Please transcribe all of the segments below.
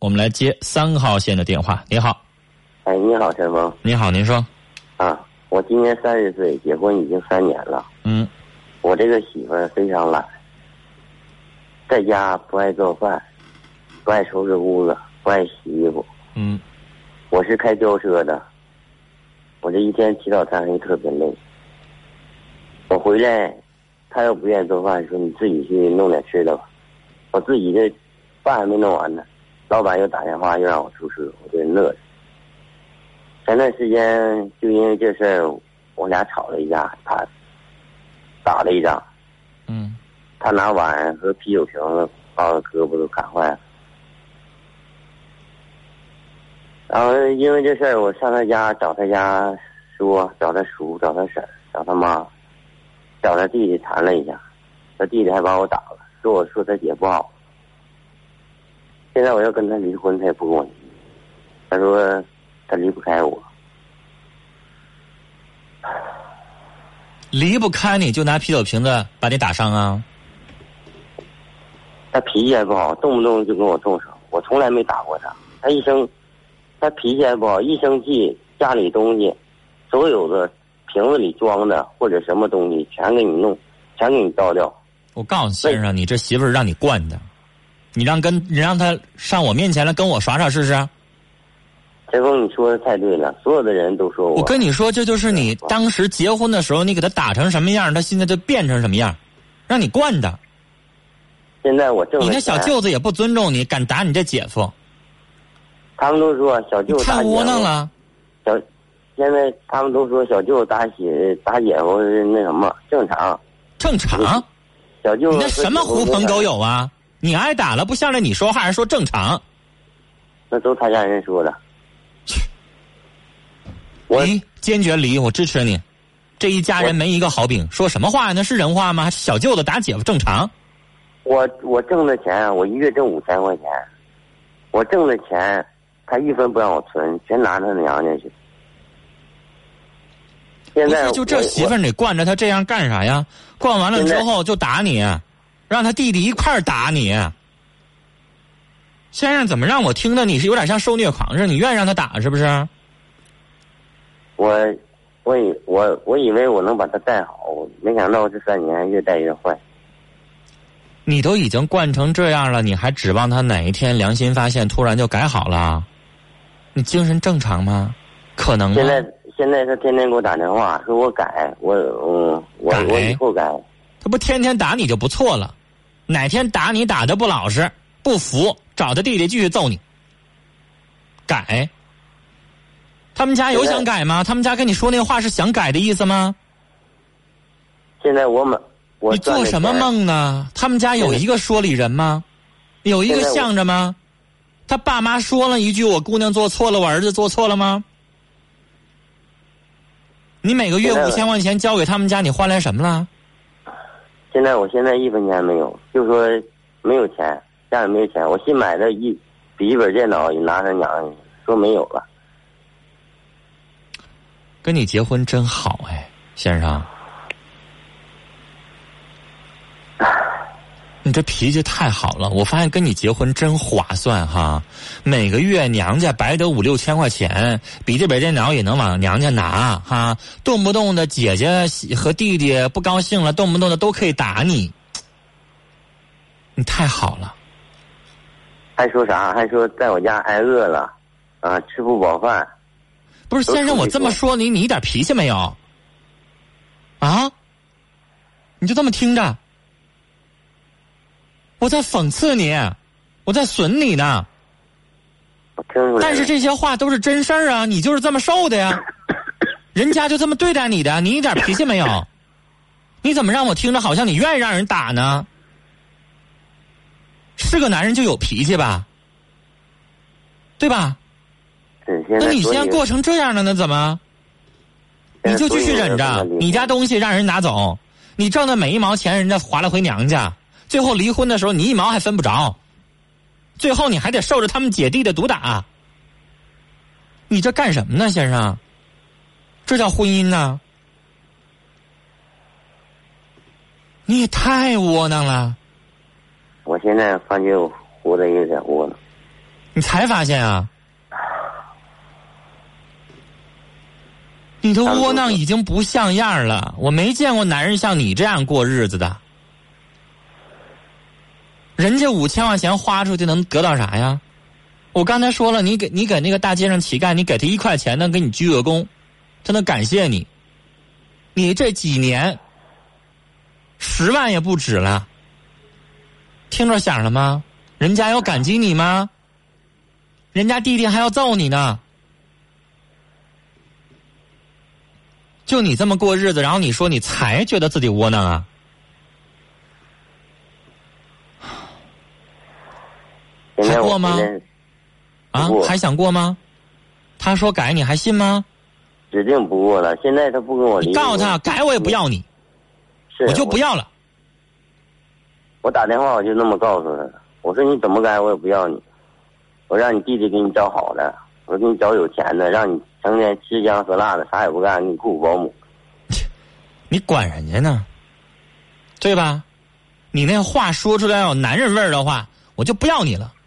我们来接3号线的电话。你好。 哎，你好，陈峰。 你好，您说。 啊，我今年30岁，结婚已经3年了。我这个媳妇儿非常懒，在家不爱做饭，不爱收拾屋子，不爱洗衣服。我是开吊车的，我这一天起早贪黑特别累。我回来，她要不愿意做饭，说你自己去弄点吃的吧。我自己这饭还没弄完呢，老板又打电话又让我出事，我就乐着。前段时间就因为这事儿，我俩吵了一架，他打了一仗。他拿碗和啤酒瓶子把我胳膊都砍坏了。然后因为这事儿，我上他家找他家说，找他叔，找他婶，找他妈，找他弟弟谈了一下，他弟弟还把我打了，说他姐不好。现在我要跟他离婚，他也不跟我离。他说他离不开我。 离不开你就拿啤酒瓶子把你打伤啊？ 他脾气还不好，动不动就跟我动手，我从来没打过他。他脾气还不好，一生气家里东西，所有的瓶子里装的或者什么东西全给你弄，全给你倒掉。 我告诉先生，你这媳妇儿让你惯的，你让他上我面前来跟我耍耍试试。 陈峰，你说的太对了，所有的人都说我。 我跟你说，这就是你当时结婚的时候，你给他打成什么样，他现在就变成什么样，让你惯的。 现在我挣了钱， 你那小舅子也不尊重你，敢打你这姐夫。 他们都说小舅打姐夫， 太窝囊了。 现在他们都说小舅打姐夫是那什么正常。 正常？ 小舅你那什么狐朋狗友啊？你挨打了不向着你说话，还说正常？ 那都他家人说的。 离，坚决离，我支持你。这一家人没一个好饼，说什么话呀？那是人话吗？小舅子打姐夫正常？ 我挣的钱，我一月挣5000块钱，我挣的钱，他一分不让我存，全拿他娘家去。现在不是，就这媳妇儿你惯着他这样干啥呀？惯完了之后就打你，让他弟弟一块儿打你。先生，怎么让我听的你是有点像受虐狂似的？你愿意让他打是不是？ 我以为我能把他带好，没想到这3年越带越坏。 你都已经惯成这样了，你还指望他哪一天良心发现突然就改好了？你精神正常吗？可能吗？ 现在他天天给我打电话说我改，我以后改。 他不天天打你就不错了，哪天打你打得不老实不服，找他弟弟继续揍你。改？他们家有想改吗？他们家跟你说那话是想改的意思吗？ 现在你做什么梦呢？他们家有一个说理人吗？有一个向着吗？他爸妈说了一句我姑娘做错了，我儿子做错了吗？你每个月5000块钱交给他们家，你换来什么了？ 我现在1分钱没有，就说没有钱，家里没有钱。我新买的笔记本电脑也拿他娘家说没有了。 跟你结婚真好哎，先生。你这脾气太好了，我发现跟你结婚真划算哈！每个月娘家白得5、6千块钱，笔记本电脑也能往娘家拿哈，动不动的姐姐和弟弟不高兴了，动不动的都可以打你，你太好了。 还说啥？还说在我家挨饿了，吃不饱饭。 不是先生，我这么说你一点脾气没有？啊？你就这么听着？我在讽刺你，我在损你呢。但是这些话都是真事儿啊，你就是这么受的呀。人家就这么对待你的，你一点脾气没有？你怎么让我听着好像你愿意让人打呢？是个男人就有脾气吧，对吧？那你现在过成这样了，那怎么？你就继续忍着，你家东西让人拿走，你挣的每一毛钱人家划拉回娘家，最后离婚的时候你1毛还分不着，最后你还得受着他们姐弟的毒打。你这干什么呢，先生？这叫婚姻呢？你也太窝囊了。 我现在发觉我活得有点窝囊。 你才发现啊？你的窝囊已经不像样了，我没见过男人像你这样过日子的。人家5000块钱花出去能得到啥呀？我刚才说了，你给那个大街上乞丐，你给他1块钱，能给你鞠个躬，他能感谢你。你这几年10万也不止了，听着响了吗？人家要感激你吗？人家弟弟还要揍你呢。就你这么过日子，然后你说你才觉得自己窝囊啊？还过吗？啊，还想过吗？他说改你还信吗？ 指定不过了。现在他不跟我离。 你告诉他改我也不要你，我就不要了。 我打电话我就那么告诉他了，我说你怎么改我也不要你，我让你弟弟给你找好的，我给你找有钱的，让你成天吃香喝辣的，啥也不干，给你雇保姆。 你管人家呢，对吧？你那话说出来有男人味儿的话，我就不要你了。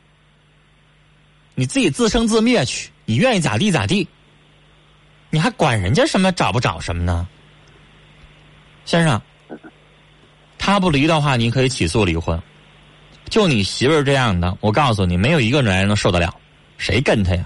你自己自生自灭去，你愿意咋地咋地。你还管人家什么找不找什么呢？先生，他不离的话，你可以起诉离婚。就你媳妇儿这样的，我告诉你，没有一个男人能受得了，谁跟他呀？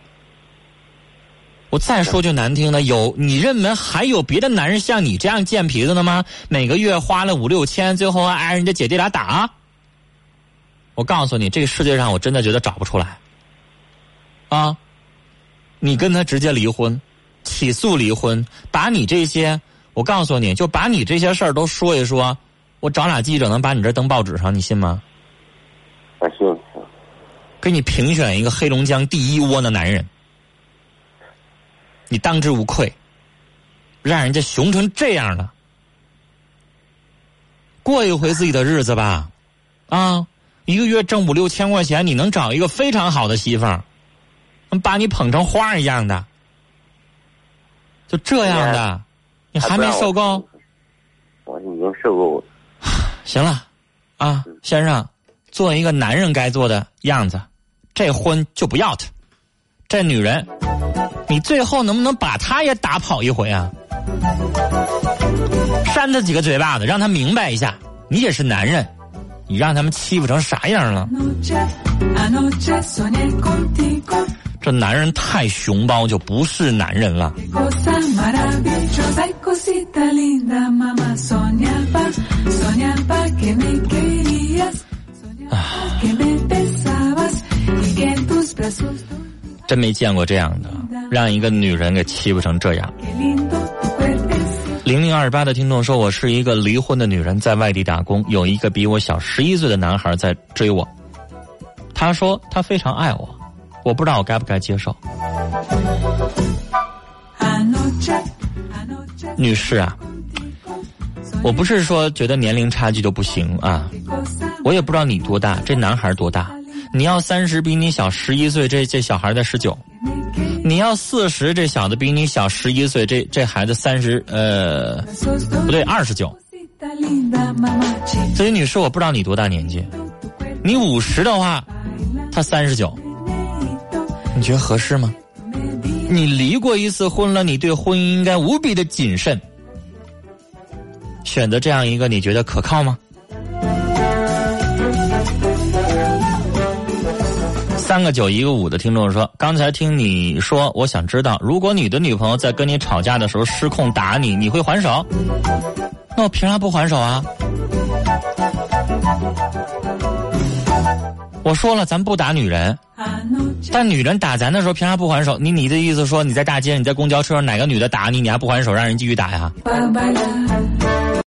我再说句难听的，你认为还有别的男人像你这样贱皮子的吗？每个月花了5、6千，最后还挨人家姐弟俩打？我告诉你，这个世界上我真的觉得找不出来。啊，你跟他直接离婚，起诉离婚，把你这些，我告诉你，就把你这些事儿都说一说，我找俩记者能把你这登报纸上，你信吗？ 我信。 给你评选一个黑龙江第1窝囊男人，你当之无愧，让人家熊成这样了，过一回自己的日子吧。啊，一个月挣5、6千块钱，你能找一个非常好的媳妇儿，把你捧成花一样的，就这样的，你还没受够？ 我已经受够了。 行了，啊，先生，做一个男人该做的样子，这婚就不要他。这女人，你最后能不能把她也打跑一回啊？扇他几个嘴巴子，让他明白一下，你也是男人，你让他们欺负成啥样了？这男人太熊包就不是男人了。真没见过这样的，让一个女人给欺负成这样。0028的听众说，我是一个离婚的女人，在外地打工，有一个比我小11岁的男孩在追我。他说他非常爱我，我不知道我该不该接受。女士啊，我不是说觉得年龄差距就不行啊，我也不知道你多大，这男孩多大。你要30比你小11岁，这小孩在19。你要40，这小子比你小11岁，这孩子不对，29。所以女士，我不知道你多大年纪，你50的话，他39，你觉得合适吗？你离过一次婚了，你对婚姻应该无比的谨慎。选择这样一个，你觉得可靠吗？3个9一个5的听众说，刚才听你说，我想知道，如果你的女朋友在跟你吵架的时候失控打你，你会还手？那我凭啥不还手啊？我说了，咱不打女人，但女人打咱的时候凭啥不还手？你的意思说，你在大街，你在公交车上哪个女的打你，你还不还手，让人继续打呀？